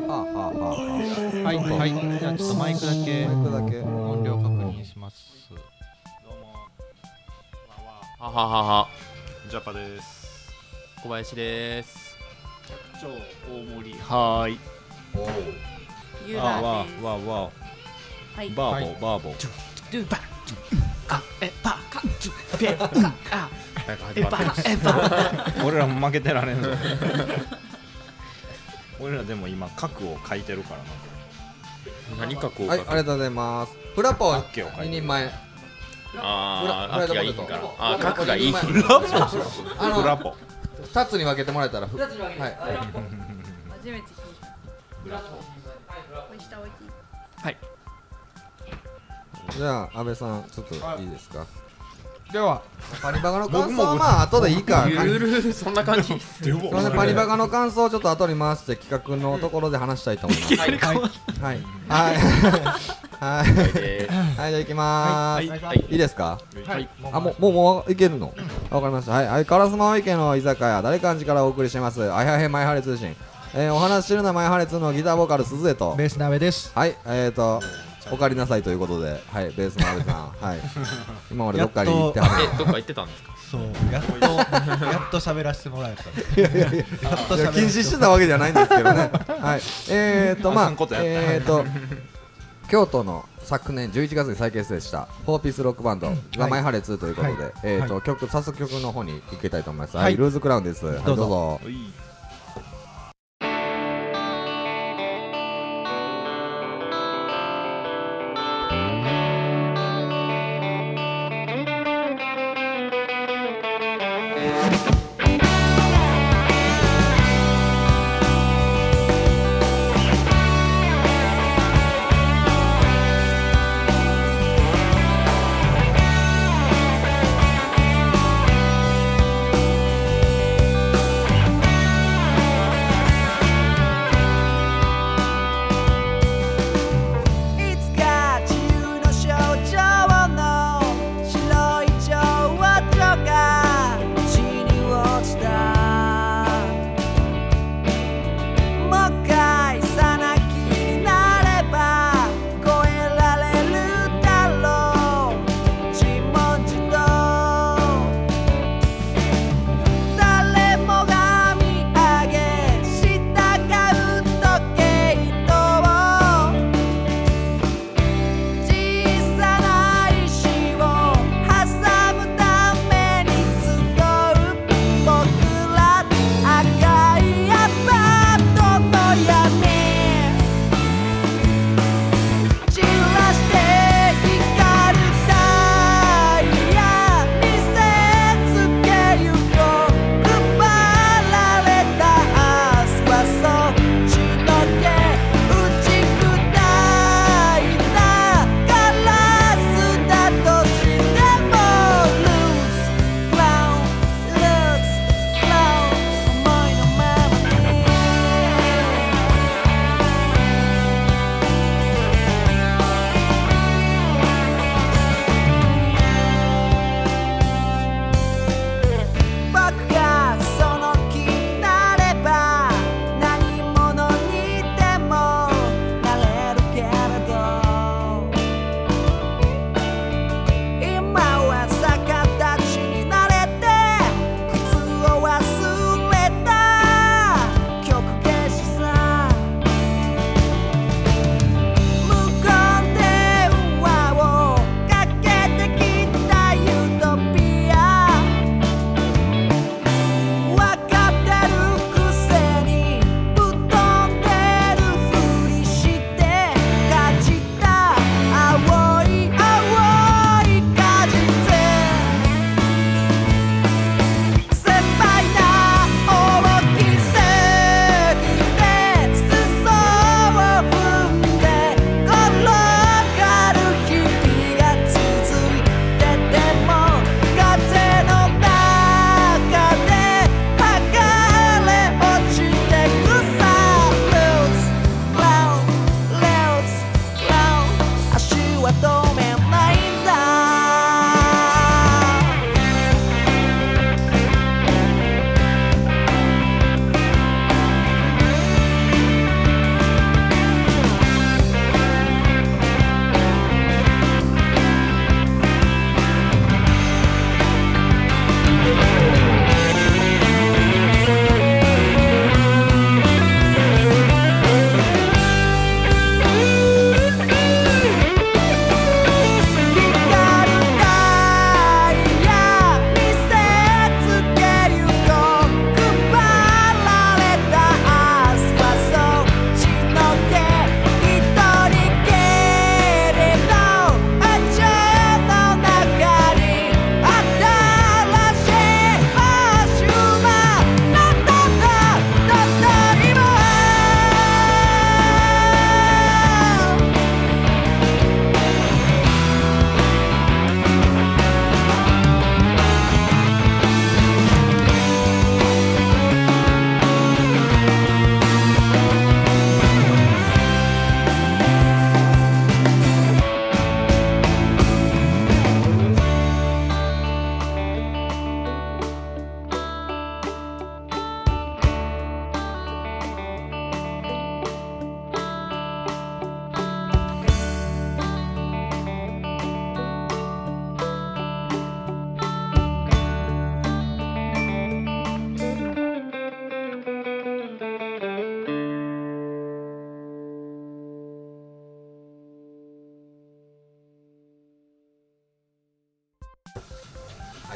はいはい。じゃあちょっとマイクだけ音量確認します。どうも。 はははは。 ジャパです。 小林です。 超大盛り。 はーい。 ユーラです。 わはい。 バーボ。 ドゥバカエバカチュペカあエバエバ。 俺らも負けてられんぞ。俺らでも今核を書いてるからな。 何かこうはい、ありがとうございます。フラポ2人前。 秋がいいから。核がいい。フラポ2つに分けてもらえたら。2つに分けて。はい。 初めて聞いた。フラポ。はい。 じゃあ安倍さんちょっといいですか。 ではパニバカの感想はまあ後でいいか。 そんな感じ。 それでパニバカの感想をちょっと後に回して企画のところで話したいと思います。はいはいはいじゃあ行きまーす。いいですか。 はい。 もういけるの。わかりました。はい、烏丸池の居酒屋誰かんちからお送りしてます。あやへマイハレ通信。お話ししてるのはマイハレ2のギターボーカル鈴江とベースの阿部です。 はい、お帰りなさいということで、はい、ベースの阿部さん、はい、今までどっかに行ってはる。 どっか行ってたんですか。 そうやっと喋らせてもらえた。 いや禁止してたわけじゃないんですけどね。はい、まあ京都の昨年11月に再結成した4ピースロックバンドザマイハレ2ということで、早速曲の方に行きたいと思います。はい、ルーズクラウンです。はい、どうぞ。 「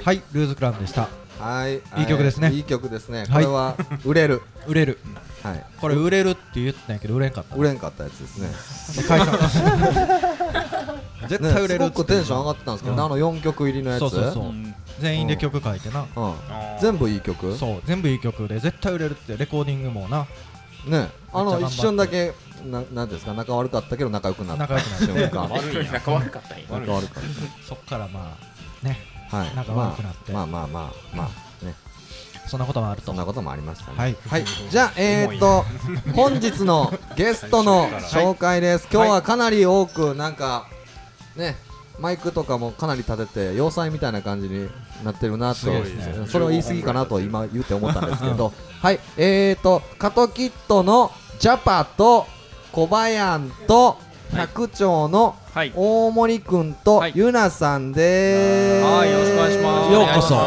はい、ルーズクラウンでした。 はい、 いい曲ですね。 いい曲ですね。これは売れる。 売れる。 はい。 これ売れるって言ってたんやけど売れんかった。 売れんかったやつですね。 解散。絶対売れる。 すごくテンション上がってたんですけど、あの4曲入りのやつ。 そう。全員で曲書いてな。 全部いい曲。 そう、全部いい曲で絶対売れるってレコーディングもな。 ね、一瞬だけなんですか、仲悪かったけど仲良くなった。 仲良くなった。 仲悪かったんや。 仲悪かった。 そっからまあね、仲悪くなって。 まあね。 そんなこともあると。 そんなこともありましたね。 はい。 じゃあ本日のゲストの紹介です。今日はかなり多くなんかね、マイクとかもかなり立てて要塞みたいな感じになってるなと、それは言い過ぎかなと今言って思ったんですけど、はい、カトキットのジャパとコバヤンと百鳥の大森くんとゆなさんでーす。 はい、よろしくお願いします。 ようこそ。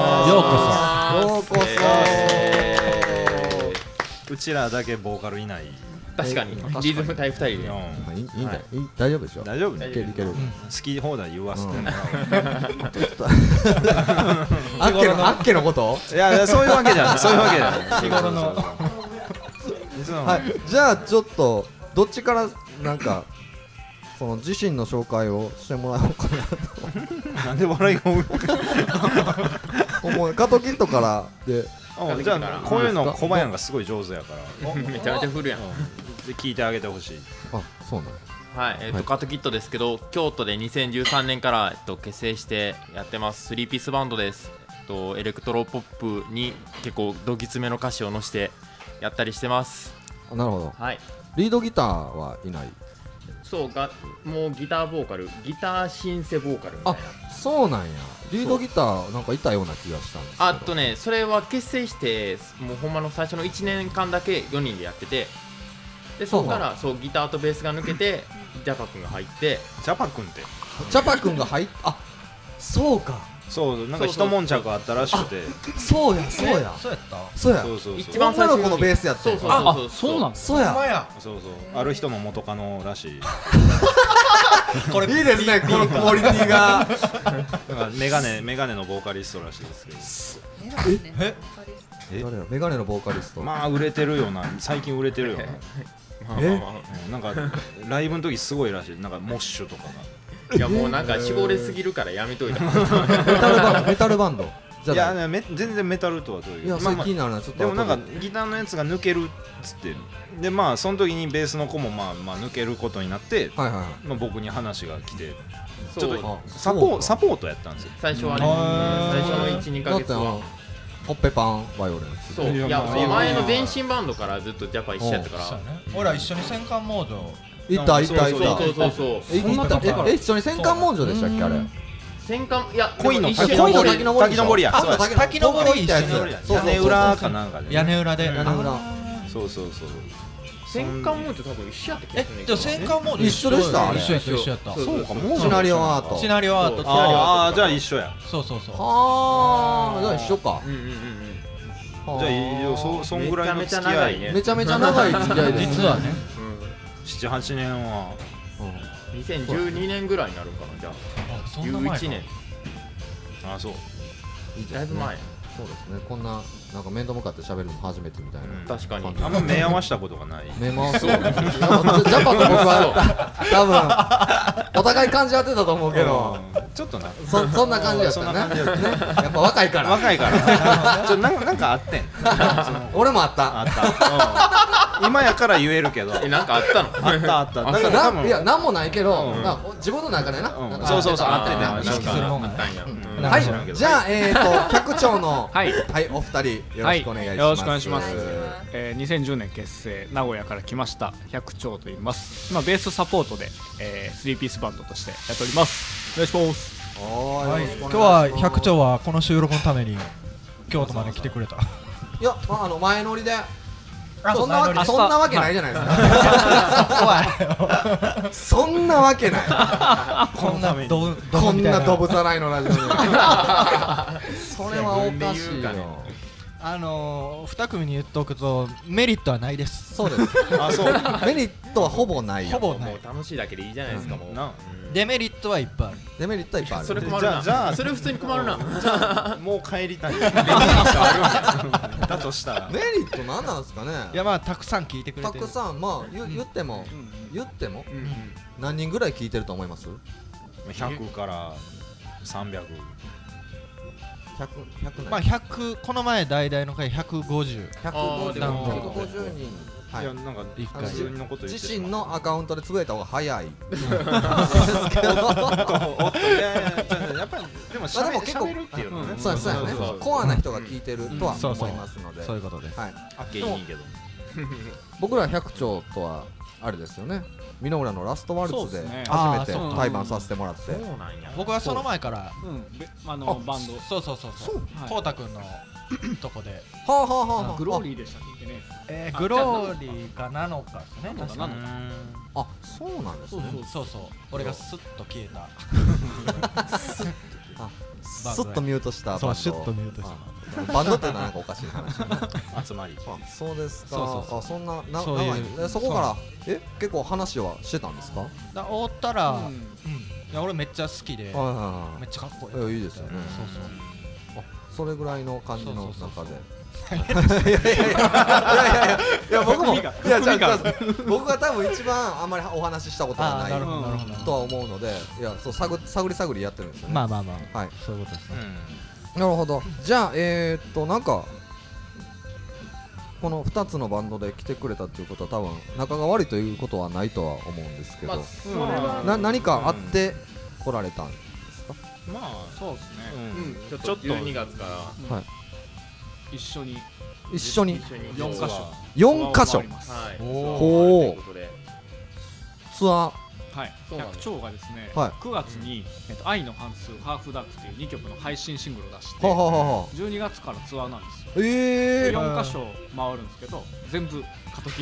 うちらだけボーカルいない。 確かにリズム隊2人で。 いいんじゃない？大丈夫でしょ。 大丈夫ね。 いける。 好き放題言わせてもらあっけのこと？ う。いやそういうわけじゃない。日頃の。 はい。じゃあちょっとどっちからなんかその自身の紹介をしてもらおうかなと。 なんで笑いが多い？ カトキットからで。 じゃあこういうの小林がすごい上手やから。 めちゃめちゃ振るやん。 で聞いてあげてほしい。 あ、そうなの。 はい、カトキットですけど、京都で2013年から結成してやってます。3ピースバンドです。エレクトロポップに結構どぎつめの歌詞を載せてやったりしてます。 なるほど。 はい。 リードギターはいない。 そうが、もうギターボーカル、ギターシンセボーカルみたいな。 あ、そうなんや。リードギターなんかいたような気がしたんですけど。 それは結成してもうほんまの最初の1年間だけ4人でやってて、でそこからギターとベースが抜けてジャパ君が入って。 ジャパ君が入っ、あ、そうか。 そうなんか一悶着あったらしくて。 そうや。 そうや。 一番最初の子のベースやってる。 そうなん。 そうある人の元カノらしい。 これいいですね、このクオリティが。 メガネのボーカリストらしいですけど。 メガネのボーカリスト。 まあ売れてるよな、最近売れてるよな。なんかライブの時すごいらしい。なんかモッシュとかが。 いやもうなんか絞れすぎるからやめといた。 メタルバンド。 いや全然メタルとはどういう。 いや、それ気になるな。ちょっとでもなんかギターのやつが抜けるっつって、でまあその時にベースの子もまあ抜けることになって、僕に話が来て、ちょっとサポートやったんですよ。 最初はね、最初の 1,2 ヶ月はホッペパンバイオレンス。 そう、いや前の前身バンドからずっとジャパ一緒やったから。 俺ら一緒に戦艦モードいた。 そう。 一緒に戦艦モードでしたっけ、あれ。 戦艦、いや恋の滝登りや。 滝登り一緒に屋根裏かなんかで。 屋根裏で。 そう。 戦艦モード多分一緒やったっけ。 じゃあ戦艦モード一緒でした。 一緒やった。 そうか、 シナリオアート。 ああ、じゃあ一緒や。 そう。 はあ、じゃあ一緒か。 じゃあそんぐらいの付き合い。 めちゃめちゃ長い付き合いです。 実はね。 7、8年は。 2012年ぐらいになるかな、じゃあ。11年。 あ、そう。 だいぶ前。 そうですね。こんななんか面と向かって喋るの初めてみたいな。 確かに。 あんま目合わしたことがない。 目合わそう。ジャパと僕は多分お互い感じ合ってたと思うけど、 ちょっとな。 そんな感じやったね。やっぱ若いから。 なんかあってん。 俺もあった。 今やから言えるけど。 なんかあったの？ あった。 いや、なんもないけど、自分の中でな。 そうあってね。 意識するもんがね。 はい。じゃあ百鳥のお二人よろしくお願いします。 よろしくお願いします。2010年結成、名古屋から来ました百鳥と言います。今ベースサポートで3ピースバンドとしてやっております。お願いします。 今日は百鳥はこの収録のために京都まで来てくれた。 いや、前乗りで。そんなわけないじゃないですか。そんなわけない。 こんなどぶさないのラジオに。それはおかしいよ。 2組に言っておくとメリットはないです。 そうです。 あ、そう。 メリットはほぼない。 ほぼない。 もう楽しいだけでいいじゃないですか。もうデメリットはいっぱいある。 デメリットはいっぱいある。 それ困るな。 じゃあそれ普通に困るな。 じゃあもう帰りたい。メリットあるんや。だとしたら。 メリットなんなんですかね。 いやまあたくさん聞いてくれたてる。 くさんまあ言っても何人ぐらい聞いてると思います？ 100から300。 100 まあ100この前大々の回150。 150人。 いやなんか自分のこと言って自身のアカウントでつぶやいた方が早い。 ですけど。やっぱりでも喋るっていうのね。 そうですね。コアな人が聞いてるとは思いますので。 そういうことです。 はい。 あっけいいけど。 僕ら百丁とはあれですよね。箕浦のラストワルツで初めて対バンさせてもらって。 そうなんや。 僕はその前からバンドそうこうたくんのとこでグローリーでしたっけね。 グローリーかなのかですね。 あ、そうなんですね。 そう俺がスッと消えた。 スッとミュートしたバンド。 シュッとミュートしたバンドっていうのはなんかおかしい話。 集まり。 そうですか。あ、そんな長い。そこから結構話はしてたんですか？ おったら、いや俺めっちゃ好きで、めっちゃかっこいい。 いいですよね。それぐらいの感じの中で。いや僕も僕が多分一番あんまりお話ししたことがないとは思うので、いやそう探りやってるんですよね。 まあはい、 そういうことですね。 なるほど。じゃあなんかこの2つのバンドで来てくれたっていうことは多分仲が悪いということはないとは思うんですけど、何かあって来られたんですか？ まあそうですね。 ちょっと12月から一緒に 4カ所 4カ所。 はい。 ほう。ツアー。 はい。百丁がですね、 はい 9月に愛の半数ハーフダークっていう2曲の配信シングルを出して、12月からツアーなんですよ。4カ所回るんですけど、全部過渡切って。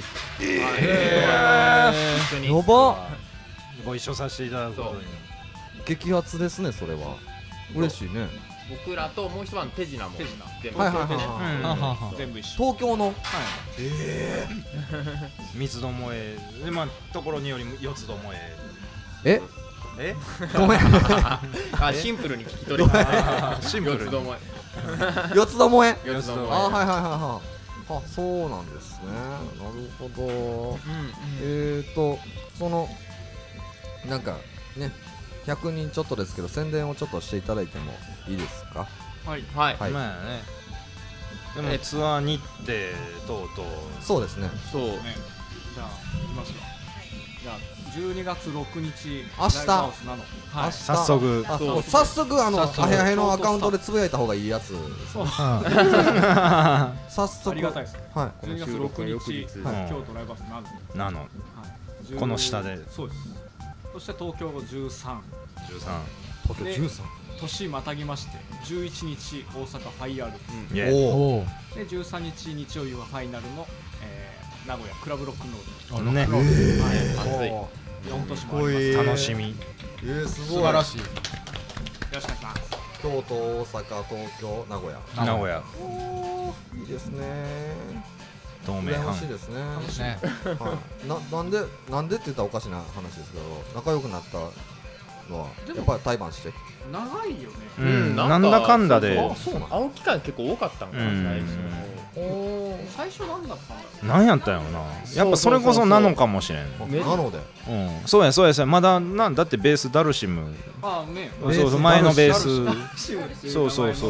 やば。 ご一緒させていただくことに。 激アツですね、それは。嬉しいね。 僕らともう一番手品も全部一緒。 東京の三つどもえでまあところにより四つどもえごめん。 シンプルに聞き取れない。 シンプルに四つどもえ。 四つどもえ。 あ、そうなんですね。なるほど。そのなんかね、100人ちょっとですけど宣伝をちょっとしていただいてもいいですか？ はい。 まあね。でもツアー日程等々。 そうですね。 そう。 じゃあ行きますよ。じゃあ12月6日明日早速あへへのアカウントでつぶやいた方がいいやつ。早速。 ありがたいですね。 はい。 12月6日京都ライブハウスなの。この下で。 そうです。そして東京13。 東京13。 年またぎまして11日大阪ファイアル。 で 13日日曜日はファイナルの名古屋クラブロックンロール。 ね。 熱い。 4都市もあります。 楽しみ。 素晴らしい。 よろしくお願いします。 京都、大阪、東京、名古屋。いいですね。 東名楽しいですね。なんでって言ったらおかしな話ですけど、仲良くなったのはやっぱり対バンして。 長いよね。 なんだかんだで。 会う機会結構多かったのかな最初なんだったんだろう。なんやったんやろな。やっぱそれこそなのかもしれん。 なので。 そうやまだだってベースダルシム。 ああね。 そう前のベース。そう。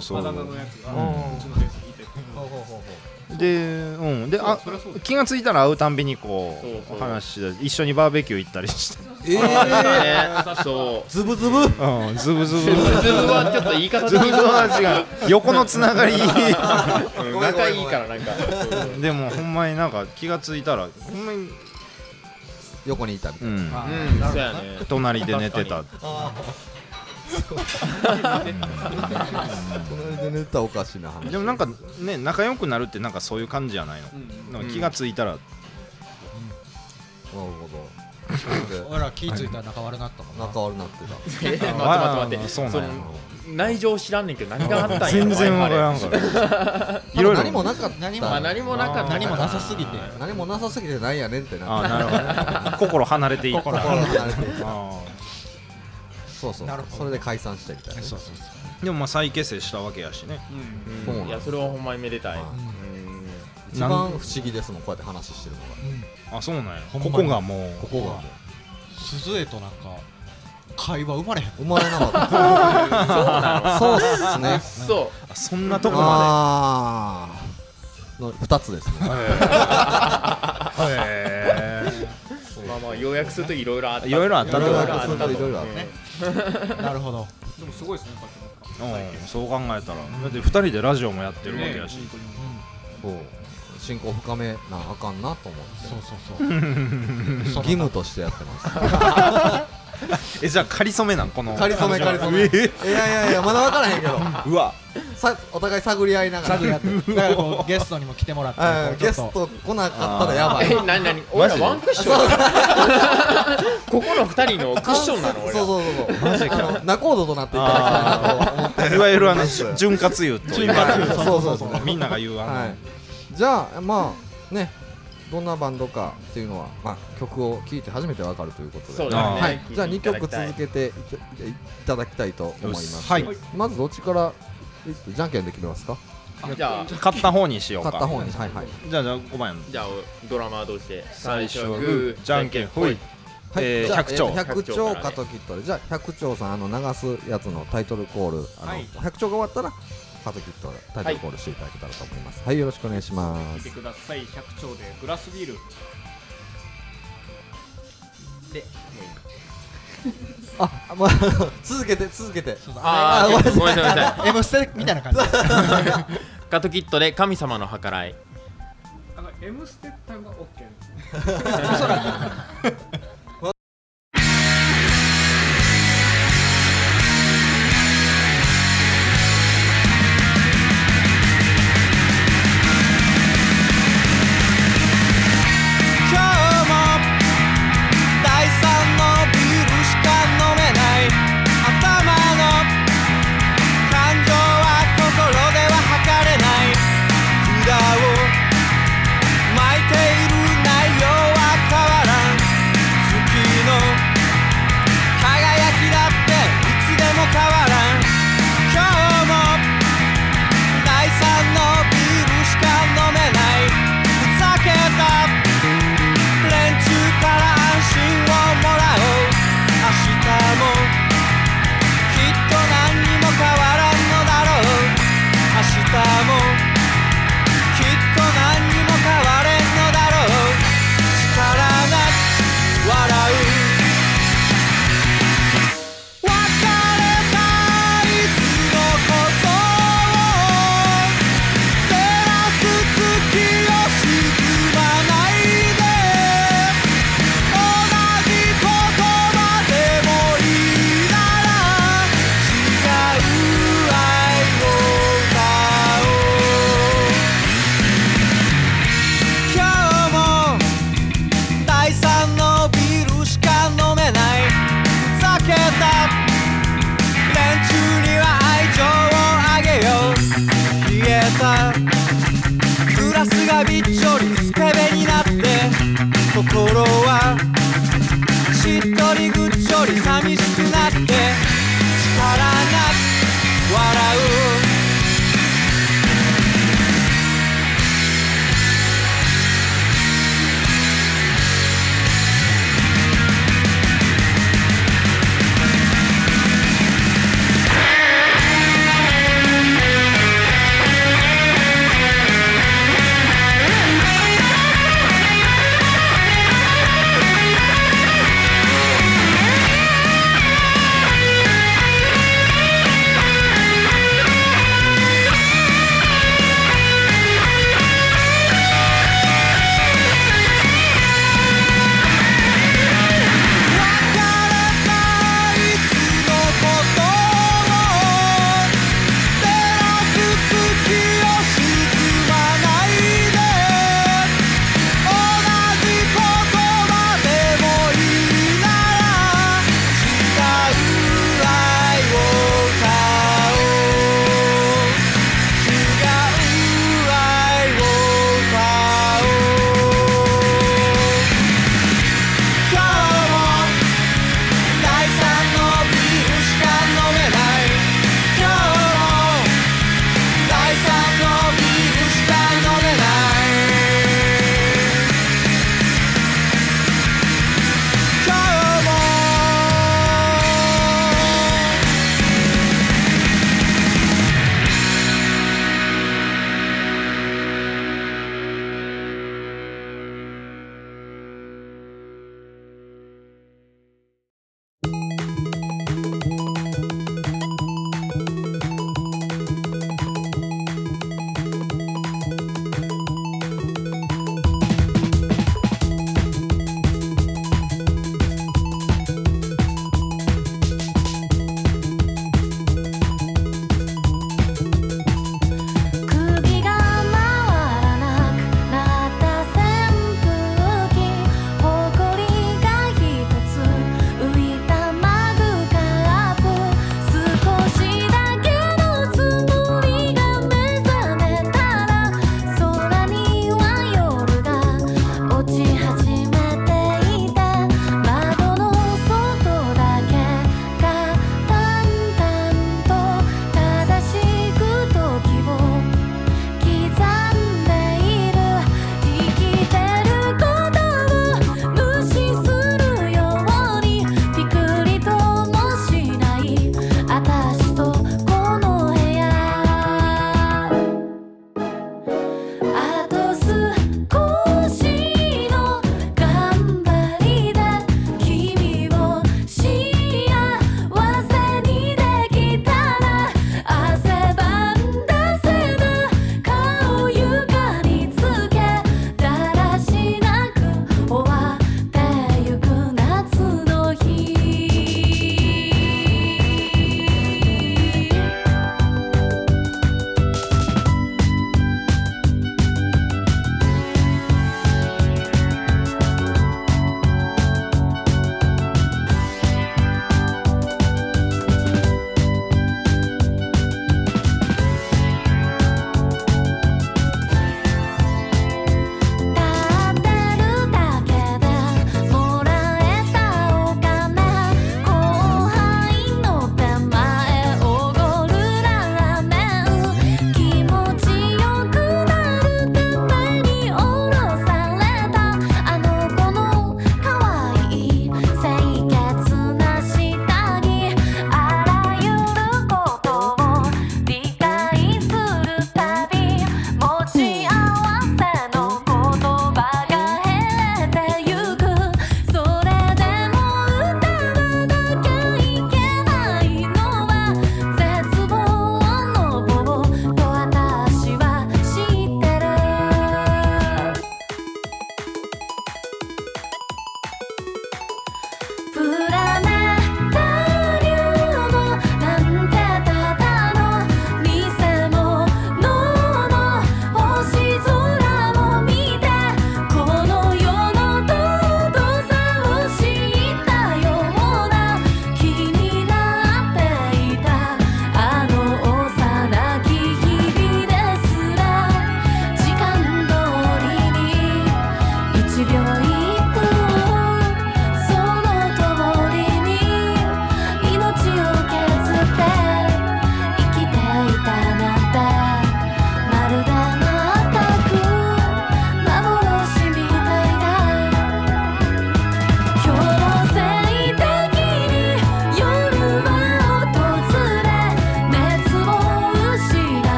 で気がついたら会うたんびにこう話して一緒にバーベキュー行ったりして。 そう。 ズブズブ。 ズブズブ。 ズブはちょっと言い方ズブズブは違う。横のつながり。 仲いいからなんか。 でもほんまになんか気がついたらほんまに横にいたみたいな。 そうやね。 隣で寝てた。 隣で寝たおかしな話。 でもなんかね仲良くなるってなんかそういう感じじゃないの。気がついたら。 なるほど。 俺ら気ぃついたら仲悪なったもんな。 仲悪なって待ってそうなんや。内情知らんねんけど何があったんや。 全然わからんからいろいろ何もなかった。 何もなさすぎてなんやねんってな。 なるほど。心離れていった。 そうそう。それで解散してみたいな。 でもまあ再結成したわけやしね。 いやそれはほんまにめでたい。 一番不思議ですもん、こうやって話してるのが。あ、そうなんや。ここがもう鈴江となんか会話生まれなかった。そうっすね。 そんなとこまでの2つですね。 まあ要約するといろいろあった。 いろいろあった。 なるほど。 でもすごいですね。 そう考えたらだって2人でラジオもやってるわけやし。 そう。進行深めなあかんなと思って。 そう義務としてやってます。 じゃあ仮初めなんこの仮初めいやまだ分からへんけどうわお互い探り合いながらだからこうゲストにも来てもらってゲスト来なかったらやばい。 何俺らワンクッションここの2人のクッションなの俺ら。 そうマジか仲人となっていただきたいなと思っていわゆる潤滑油と言われるそうみんなが言うじゃあまあねどんなバンドかっていうのは、まあ、曲を聴いて初めてわかるということで、 そうですね、 はい、じゃあ2曲続けていただきたいと思います、はい、まずどっちからじゃんけんで決めますか。 じゃあ勝った方にしようか。 勝った方に、はいはい。 じゃあ5番じゃあドラマー同士で最初はグーじゃんけんほい。 百丁カトキットで、じゃあ百丁さん流すやつのタイトルコール百丁が終わったらカトキットでタイトルコールしていただけたらと思います。はい、よろしくお願いします。 見てください。百丁でグラスビールでまあ続けてごめんなさい。 M ステみたいな感じカトキットで神様の計らい。 M ステタイムが OK おそらくグラスがびっちょりスケベになって心は